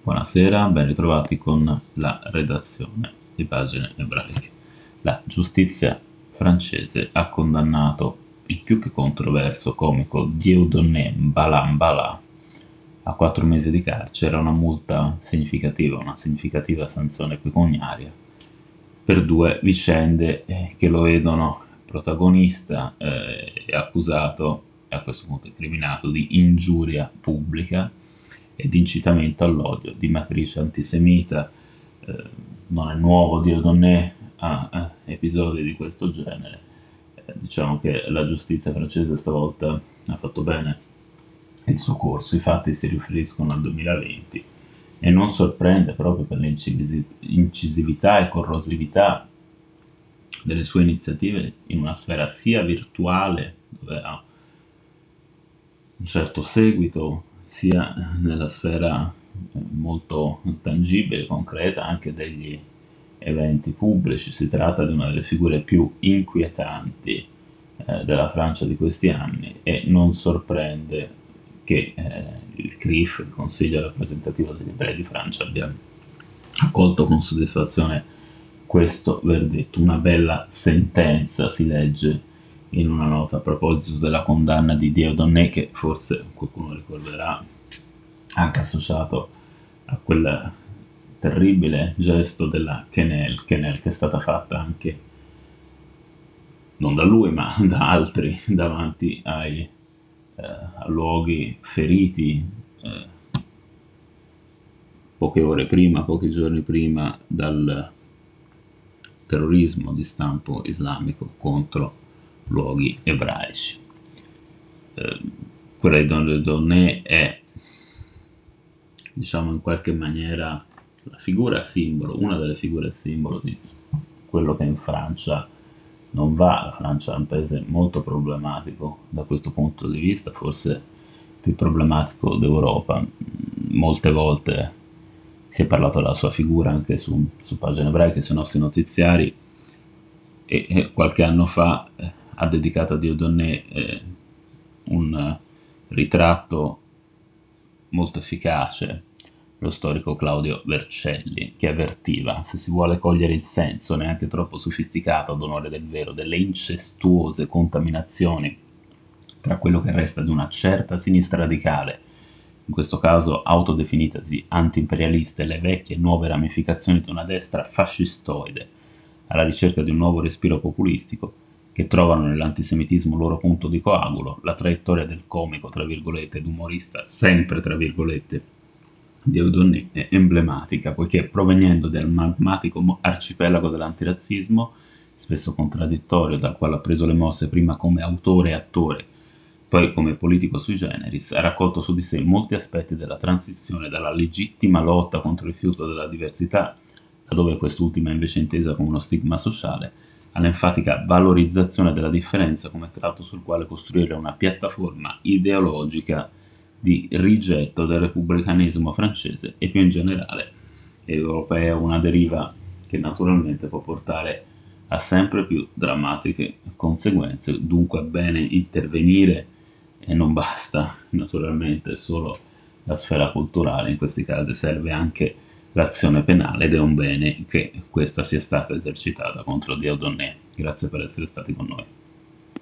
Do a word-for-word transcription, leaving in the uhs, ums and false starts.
Buonasera, ben ritrovati con la redazione di Pagine Ebraiche. La giustizia francese ha condannato il più che controverso comico Dieudonné Balambala a quattro mesi di carcere e una multa significativa, una significativa sanzione pecuniaria per due vicende eh, che lo vedono protagonista eh, e accusato, e a questo punto incriminato, di ingiuria pubblica e di incitamento all'odio di matrice antisemita. Eh, non è nuovo Dieudonné a, a episodi di questo genere. Eh, diciamo che la giustizia francese stavolta ha fatto bene il suo corso, i fatti si riferiscono al duemilaventi e non sorprende proprio per l'incisività e corrosività delle sue iniziative in una sfera sia virtuale, dove ha un certo seguito, sia nella sfera eh, molto tangibile, concreta, anche degli eventi pubblici. Si tratta di una delle figure più inquietanti eh, della Francia di questi anni e non sorprende che eh, il C R I F, il Consiglio rappresentativo degli ebrei di Francia, abbia accolto con soddisfazione questo verdetto. Una bella sentenza, si legge in una nota a proposito della condanna di Dieudonné, che forse qualcuno ricorderà anche associato a quel terribile gesto della Quenelle, Quenelle che è stata fatta anche non da lui ma da altri davanti ai eh, a luoghi feriti eh, poche ore prima, pochi giorni prima dal terrorismo di stampo islamico contro luoghi ebraici. Eh, quella di Don Dieudonné è, diciamo, in qualche maniera la figura simbolo, una delle figure simbolo di quello che in Francia non va. La Francia è un paese molto problematico da questo punto di vista, forse più problematico d'Europa. Molte volte si è parlato della sua figura anche su, su Pagine Ebraiche, sui nostri notiziari, e, e qualche anno fa eh, ha dedicato a Dieudonné eh, un eh, ritratto molto efficace, lo storico Claudio Vercelli, che avvertiva: se si vuole cogliere il senso, neanche troppo sofisticato ad onore del vero, delle incestuose contaminazioni tra quello che resta di una certa sinistra radicale, in questo caso autodefinitasi anti-imperialista, e le vecchie e nuove ramificazioni di una destra fascistoide alla ricerca di un nuovo respiro populistico, che trovano nell'antisemitismo il loro punto di coagulo, la traiettoria del comico, tra virgolette, ed umorista, sempre tra virgolette, Dieudonné è emblematica, poiché provenendo dal magmatico arcipelago dell'antirazzismo, spesso contraddittorio, dal quale ha preso le mosse prima come autore e attore, poi come politico sui generis, ha raccolto su di sé molti aspetti della transizione dalla legittima lotta contro il rifiuto della diversità, laddove quest'ultima è invece intesa come uno stigma sociale, all'enfatica valorizzazione della differenza come tratto sul quale costruire una piattaforma ideologica di rigetto del repubblicanesimo francese e più in generale europeo, una deriva che naturalmente può portare a sempre più drammatiche conseguenze. Dunque è bene intervenire e non basta naturalmente solo la sfera culturale, in questi casi serve anche l'azione penale, ed è un bene che questa sia stata esercitata contro Dieudonné. Grazie per essere stati con noi.